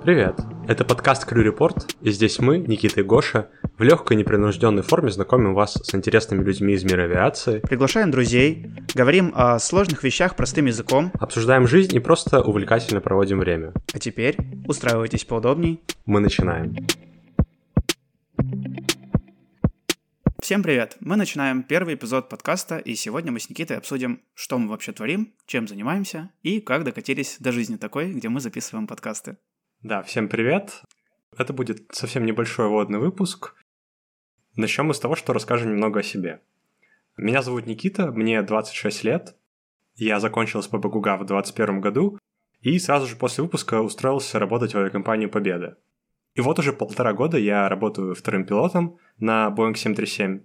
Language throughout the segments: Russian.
Привет! Это подкаст Crew Report, и здесь мы, Никита и Гоша, в легкой непринужденной форме знакомим вас с интересными людьми из мира авиации, приглашаем друзей, говорим о сложных вещах простым языком, обсуждаем жизнь и просто увлекательно проводим время. А теперь устраивайтесь поудобней. Мы начинаем. Всем привет! Мы начинаем первый эпизод подкаста, и сегодня мы с Никитой обсудим, что мы вообще творим, чем занимаемся и как докатились до жизни такой, где мы записываем подкасты. Да, всем привет! Это будет совсем небольшой вводный выпуск. Начнем мы с того, что расскажем немного о себе. Меня зовут Никита, мне 26 лет. Я закончил СПбГУГа в 2021 году и сразу же после выпуска устроился работать в авиакомпанию «Победа». И вот уже 1,5 года я работаю вторым пилотом на Boeing 737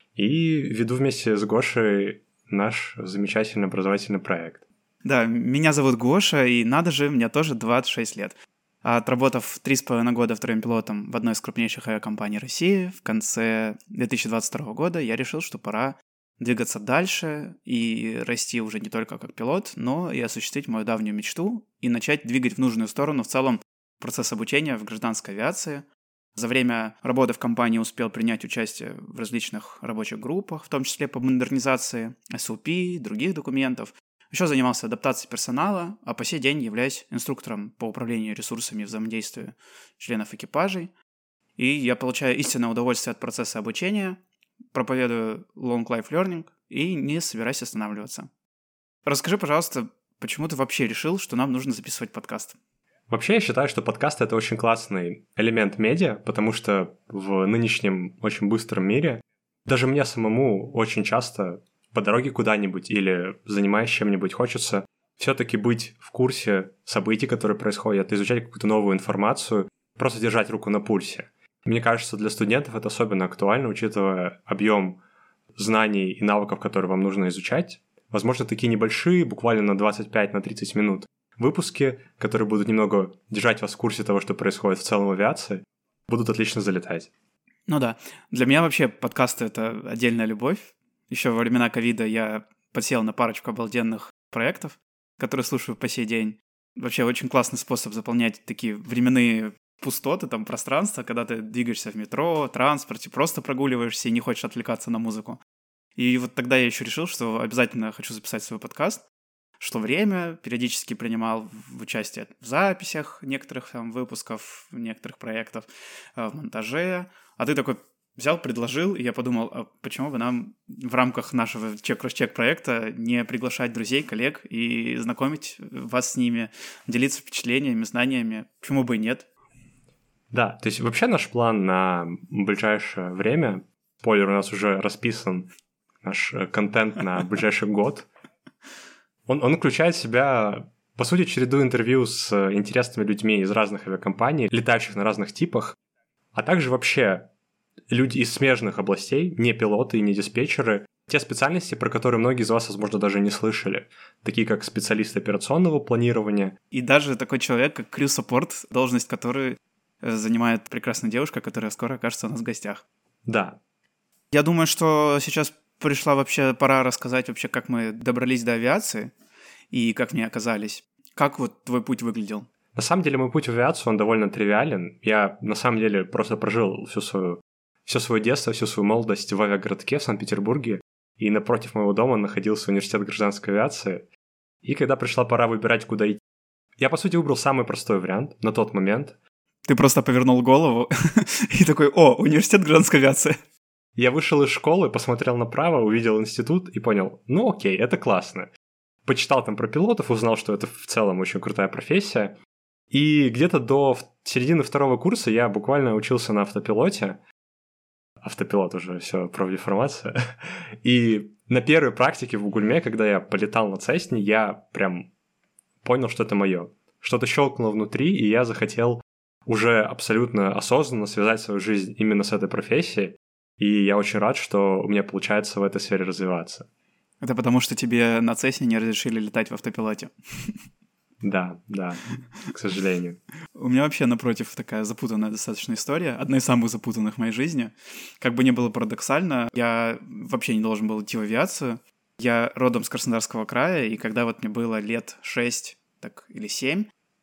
и веду вместе с Гошей наш замечательный образовательный проект. Да, меня зовут Гоша, и надо же, мне тоже 26 лет. Отработав 3,5 года вторым пилотом в одной из крупнейших авиакомпаний России, в конце 2022 года я решил, что пора двигаться дальше и расти уже не только как пилот, но и осуществить мою давнюю мечту и начать двигать в нужную сторону в целом процесс обучения в гражданской авиации. За время работы в компании успел принять участие в различных рабочих группах, в том числе по модернизации SOP, других документов. Еще занимался адаптацией персонала, а по сей день являюсь инструктором по управлению ресурсами и взаимодействию членов экипажей. И я получаю истинное удовольствие от процесса обучения, проповедую long life learning и не собираюсь останавливаться. Расскажи, пожалуйста, почему ты вообще решил, что нам нужно записывать подкаст? Вообще, я считаю, что подкаст — это очень классный элемент медиа, потому что в нынешнем очень быстром мире даже мне самому очень часто по дороге куда-нибудь или занимаясь чем-нибудь хочется все-таки быть в курсе событий, которые происходят, изучать какую-то новую информацию, просто держать руку на пульсе. Мне кажется, для студентов это особенно актуально, учитывая объем знаний и навыков, которые вам нужно изучать. Возможно, такие небольшие, буквально на 25-30 минут выпуски, которые будут немного держать вас в курсе того, что происходит в целом в авиации, будут отлично залетать. Ну да, для меня вообще подкасты — это отдельная любовь. Еще во времена ковида я подсел на парочку обалденных проектов, которые слушаю по сей день. Вообще очень классный способ заполнять такие временные пустоты, там, пространства, когда ты двигаешься в метро, транспорте, просто прогуливаешься и не хочешь отвлекаться на музыку. И вот тогда я еще решил, что обязательно хочу записать свой подкаст. Шло время, периодически принимал участие в записях некоторых там выпусков, некоторых проектов, в монтаже. А ты такой взял, предложил, и я подумал, а почему бы нам в рамках нашего чек-кросс-чек проекта не приглашать друзей, коллег и знакомить вас с ними, делиться впечатлениями, знаниями, почему бы и нет? Да, то есть вообще наш план на ближайшее время, спойлер, у нас уже расписан наш контент на ближайший год, он включает в себя, по сути, череду интервью с интересными людьми из разных авиакомпаний, летающих на разных типах, а также вообще люди из смежных областей, не пилоты и не диспетчеры, те специальности, про которые многие из вас, возможно, даже не слышали, такие как специалисты операционного планирования. И даже такой человек, как Crew Support, должность которой занимает прекрасная девушка, которая скоро окажется у нас в гостях. Да. Я думаю, что сейчас пришла вообще пора рассказать вообще, как мы добрались до авиации и как в ней оказались. Как вот твой путь выглядел? На самом деле мой путь в авиацию, он довольно тривиален. Я на самом деле просто прожил все свое детство, всю свою молодость в авиагородке в Санкт-Петербурге, и напротив моего дома находился университет гражданской авиации. И когда пришла пора выбирать, куда идти, я, по сути, выбрал самый простой вариант на тот момент. Ты просто повернул голову и такой: о, университет гражданской авиации. Я вышел из школы, посмотрел направо, увидел институт и понял, ну окей, это классно. Почитал там про пилотов, узнал, что это в целом очень крутая профессия. И где-то до середины 2 курса я буквально учился на автопилоте. Автопилот уже, все, профдеформация. И на первой практике в Угульме, когда я полетал на Цесне, я прям понял, что это мое. Что-то щелкнуло внутри, и я захотел уже абсолютно осознанно связать свою жизнь именно с этой профессией. И я очень рад, что у меня получается в этой сфере развиваться. Это потому, что тебе на Цесне не разрешили летать в автопилоте. Да, к сожалению. У меня вообще, напротив, такая запутанная достаточно история. Одна из самых запутанных в моей жизни. Как бы ни было парадоксально, я вообще не должен был идти в авиацию. Я родом с Краснодарского края, и когда вот мне было лет 6 или 7,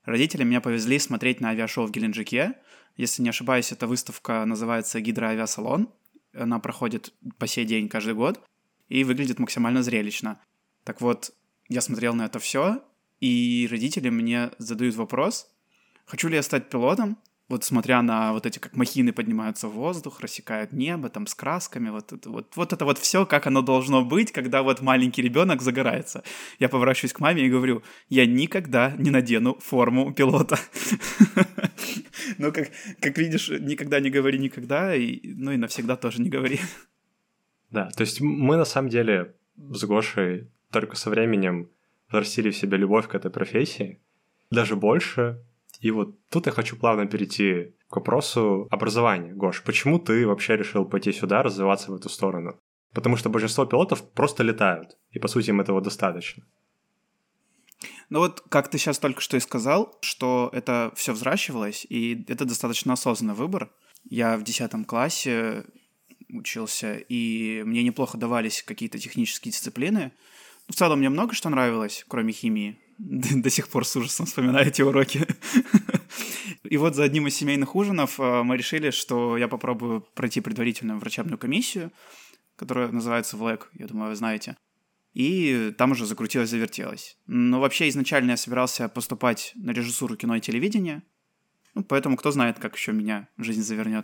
родители меня повезли смотреть на авиашоу в Геленджике. Если не ошибаюсь, эта выставка называется «Гидроавиасалон». Она проходит по сей день каждый год и выглядит максимально зрелищно. Так вот, я смотрел на это все, и родители мне задают вопрос, хочу ли я стать пилотом, вот смотря на вот эти, как махины поднимаются в воздух, рассекают небо, там, с красками, вот это вот все, как оно должно быть, когда вот маленький ребенок загорается. Я поворачиваюсь к маме и говорю, я никогда не надену форму пилота. Ну, как видишь, никогда не говори никогда, ну и навсегда тоже не говори. Да, то есть мы на самом деле с Гошей только со временем взрастили в себе любовь к этой профессии, даже больше. И вот тут я хочу плавно перейти к вопросу образования. Гош, почему ты вообще решил пойти сюда, развиваться в эту сторону? Потому что большинство пилотов просто летают, и по сути им этого достаточно. Ну вот, как ты сейчас только что и сказал, что это все взращивалось, и это достаточно осознанный выбор. Я в 10 классе учился, и мне неплохо давались какие-то технические дисциплины. В целом мне много что нравилось, кроме химии. До сих пор с ужасом вспоминаю эти уроки. И вот за одним из семейных ужинов мы решили, что я попробую пройти предварительную врачебную комиссию, которая называется ВЛЭК, я думаю, вы знаете. И там уже закрутилось-завертелось. Но вообще изначально я собирался поступать на режиссуру кино и телевидения, ну, поэтому кто знает, как еще меня жизнь завернет.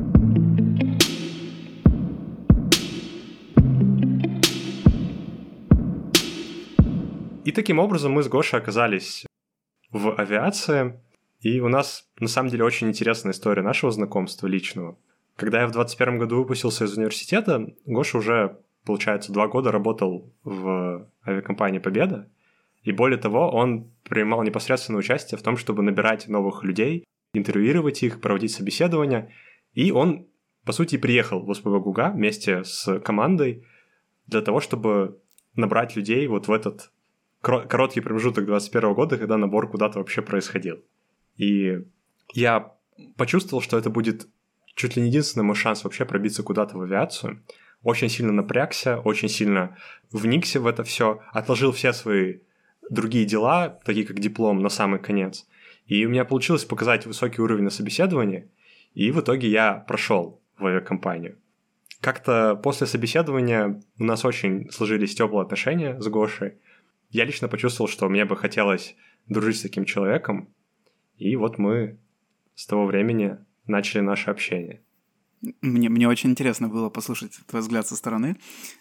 И таким образом мы с Гошей оказались в авиации, и у нас на самом деле очень интересная история нашего знакомства личного. Когда я в 21 году выпустился из университета, Гоша уже, получается, 2 года работал в авиакомпании «Победа», и более того, он принимал непосредственное участие в том, чтобы набирать новых людей, интервьюировать их, проводить собеседования, и он, по сути, приехал в СПБ ГУГа вместе с командой для того, чтобы набрать людей вот в этот короткий промежуток 21 года, когда набор куда-то вообще происходил. И я почувствовал, что это будет чуть ли не единственный мой шанс вообще пробиться куда-то в авиацию. Очень сильно напрягся, очень сильно вникся в это все, отложил все свои другие дела, такие как диплом, на самый конец. И у меня получилось показать высокий уровень на собеседовании, и в итоге я прошел в авиакомпанию. Как-то после собеседования у нас очень сложились теплые отношения с Гошей. Я лично почувствовал, что мне бы хотелось дружить с таким человеком, и вот мы с того времени начали наше общение. Мне очень интересно было послушать твой взгляд со стороны,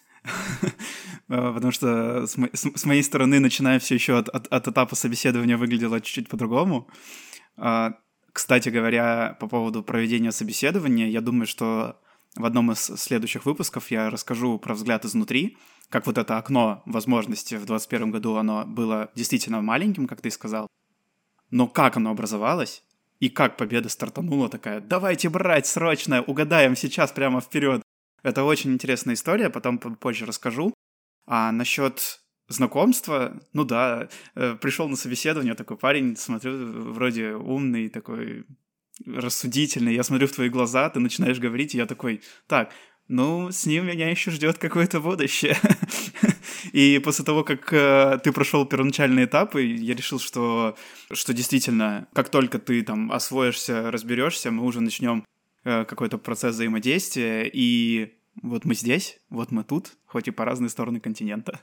потому что с моей стороны, начиная все еще от этапа собеседования, выглядело чуть-чуть по-другому. Кстати говоря, по поводу проведения собеседования, я думаю, что в одном из следующих выпусков я расскажу про взгляд изнутри, как вот это окно возможностей в 2021 году, оно было действительно маленьким, как ты сказал, но как оно образовалось, и как Победа стартанула такая, давайте брать срочно, угадаем сейчас прямо вперед. Это очень интересная история, потом позже расскажу. А насчет знакомства, ну да, пришел на собеседование такой парень, смотрю, вроде умный, такой рассудительный, я смотрю в твои глаза, ты начинаешь говорить, и я такой, так, ну, с ним меня еще ждет какое-то будущее. И после того, как ты прошел первоначальные этапы, я решил, что действительно, как только ты там освоишься, разберешься, мы уже начнем какой-то процесс взаимодействия, и вот мы здесь, вот мы тут, хоть и по разные стороны континента.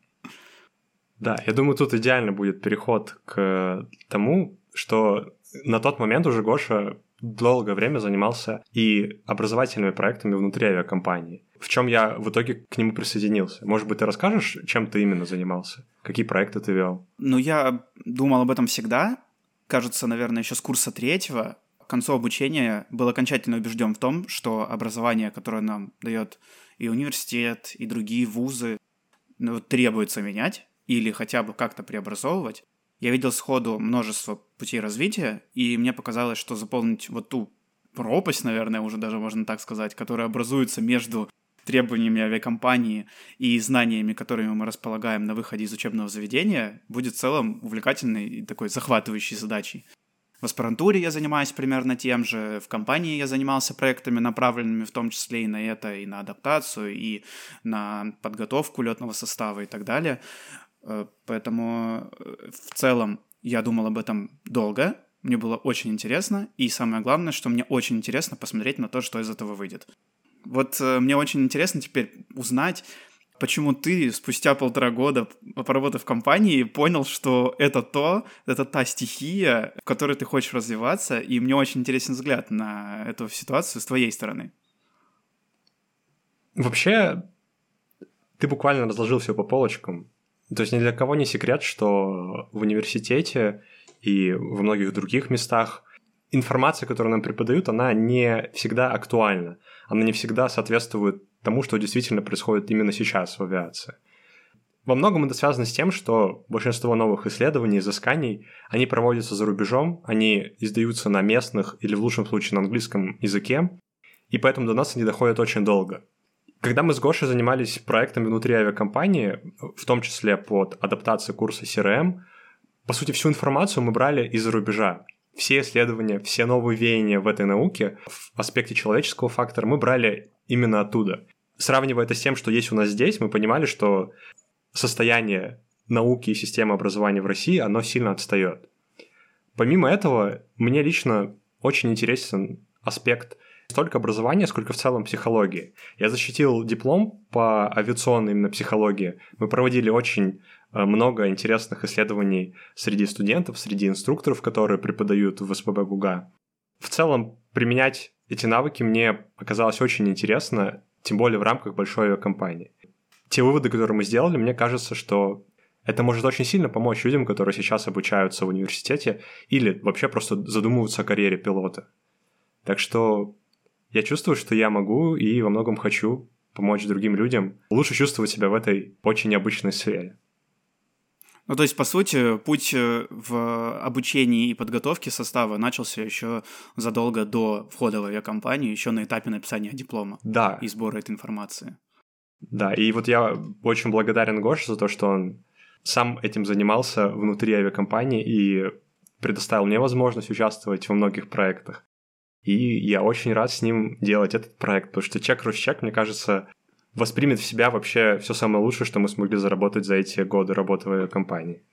Да, я думаю, тут идеально будет переход к тому, что на тот момент уже Гоша долгое время занимался и образовательными проектами внутри авиакомпании. В чем я в итоге к нему присоединился? Может быть, ты расскажешь, чем ты именно занимался? Какие проекты ты вел? Ну, я думал об этом всегда. Кажется, наверное, еще с курса 3-го. К концу обучения был окончательно убежден в том, что образование, которое нам дает и университет, и другие вузы, требуется менять или хотя бы как-то преобразовывать. Я видел сходу множество путей развития, и мне показалось, что заполнить вот ту пропасть, наверное, уже даже можно так сказать, которая образуется между требованиями авиакомпании и знаниями, которыми мы располагаем на выходе из учебного заведения, будет в целом увлекательной и такой захватывающей задачей. В аспирантуре я занимаюсь примерно тем же, в компании я занимался проектами, направленными в том числе и на это, и на адаптацию, и на подготовку летного состава и так далее. Поэтому в целом Я думал об этом долго, мне было очень интересно, и самое главное, что мне очень интересно посмотреть на то, что из этого выйдет. Вот мне очень интересно теперь узнать, почему ты спустя 1,5 года, поработав в компании, понял, что это та стихия, в которой ты хочешь развиваться, и мне очень интересен взгляд на эту ситуацию с твоей стороны. Вообще, ты буквально разложил все по полочкам. То есть ни для кого не секрет, что в университете и во многих других местах информация, которую нам преподают, она не всегда актуальна. Она не всегда соответствует тому, что действительно происходит именно сейчас в авиации. Во многом это связано с тем, что большинство новых исследований, изысканий, они проводятся за рубежом, они издаются на местных или в лучшем случае на английском языке, и поэтому до нас они доходят очень долго. Когда мы с Гошей занимались проектами внутри авиакомпании, в том числе под адаптацией курса CRM, по сути, всю информацию мы брали из-за рубежа. Все исследования, все новые веяния в этой науке, в аспекте человеческого фактора, мы брали именно оттуда. Сравнивая это с тем, что есть у нас здесь, мы понимали, что состояние науки и системы образования в России, оно сильно отстает. Помимо этого, мне лично очень интересен аспект не столько образования, сколько в целом психологии. Я защитил диплом по авиационной именно психологии. Мы проводили очень много интересных исследований среди студентов, среди инструкторов, которые преподают в СПб ГУГа. В целом, применять эти навыки мне оказалось очень интересно, тем более в рамках большой авиакомпании. Те выводы, которые мы сделали, мне кажется, что это может очень сильно помочь людям, которые сейчас обучаются в университете или вообще просто задумываются о карьере пилота. Так что я чувствую, что я могу и во многом хочу помочь другим людям лучше чувствовать себя в этой очень необычной сфере. Ну, то есть, по сути, путь в обучении и подготовке состава начался еще задолго до входа в авиакомпанию, еще на этапе написания диплома. Да. И сбора этой информации. Да, и вот я очень благодарен Гоше за то, что он сам этим занимался внутри авиакомпании и предоставил мне возможность участвовать во многих проектах. И я очень рад с ним делать этот проект, потому что чек-рус-чек, мне кажется, воспримет в себя вообще все самое лучшее, что мы смогли заработать за эти годы работы в авиакомпании.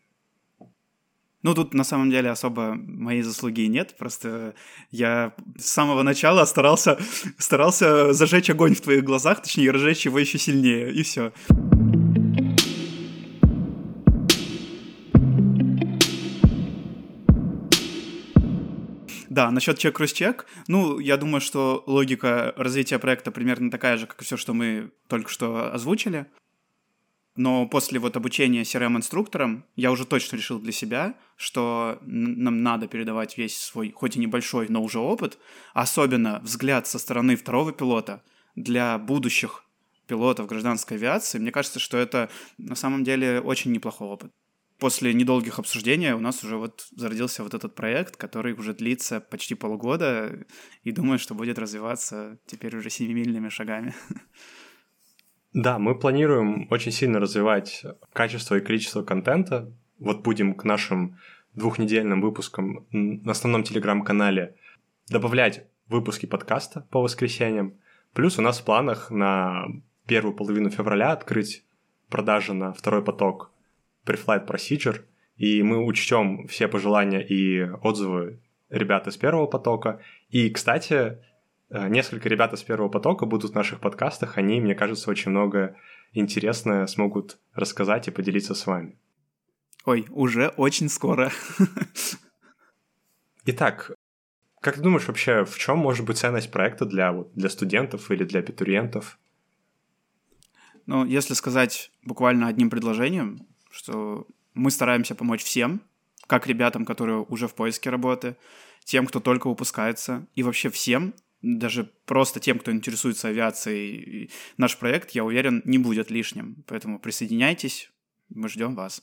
Ну, тут на самом деле особо моей заслуги нет, просто я с самого начала старался зажечь огонь в твоих глазах, точнее, разжечь его еще сильнее, и все. Да, насчет чек-кросс-чек, ну, я думаю, что логика развития проекта примерно такая же, как и все, что мы только что озвучили. Но после вот обучения CRM-инструкторам я уже точно решил для себя, что нам надо передавать весь свой, хоть и небольшой, но уже опыт, особенно взгляд со стороны второго пилота для будущих пилотов гражданской авиации. Мне кажется, что это на самом деле очень неплохой опыт. После недолгих обсуждений у нас уже вот зародился вот этот проект, который уже длится почти полгода, и думаю, что будет развиваться теперь уже семимильными шагами. Да, мы планируем очень сильно развивать качество и количество контента. Вот будем к нашим 2-недельным выпускам на основном телеграм-канале добавлять выпуски подкаста по воскресеньям. Плюс у нас в планах на первую половину февраля открыть продажи на второй поток Pre-Flight Procedure, и мы учтем все пожелания и отзывы ребят из первого потока. И, кстати, несколько ребят из первого потока будут в наших подкастах, они, мне кажется, очень много интересное смогут рассказать и поделиться с вами. Ой, уже очень скоро. Итак, как ты думаешь вообще, в чем может быть ценность проекта для студентов или для абитуриентов? Ну, если сказать буквально одним предложением, что мы стараемся помочь всем, как ребятам, которые уже в поиске работы, тем, кто только выпускается, и вообще всем, даже просто тем, кто интересуется авиацией. Наш проект, я уверен, не будет лишним. Поэтому присоединяйтесь, мы ждем вас.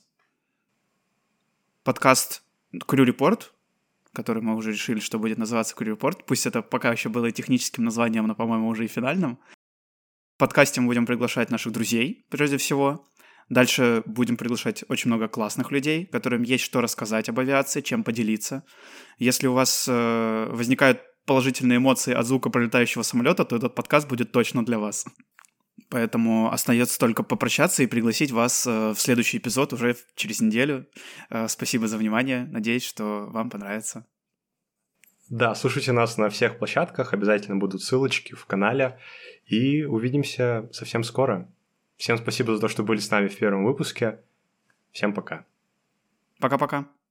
Подкаст Crew Report, который мы уже решили, что будет называться Crew Report, пусть это пока еще было техническим названием, но, по-моему, уже и финальным. В подкасте мы будем приглашать наших друзей, прежде всего. Дальше будем приглашать очень много классных людей, которым есть что рассказать об авиации, чем поделиться. Если у вас возникают положительные эмоции от звука пролетающего самолета, то этот подкаст будет точно для вас. Поэтому остается только попрощаться и пригласить вас в следующий эпизод уже через неделю. Спасибо за внимание. Надеюсь, что вам понравится. Да, слушайте нас на всех площадках, обязательно будут ссылочки в канале, и увидимся совсем скоро. Всем спасибо за то, что были с нами в первом выпуске. Всем пока. Пока-пока.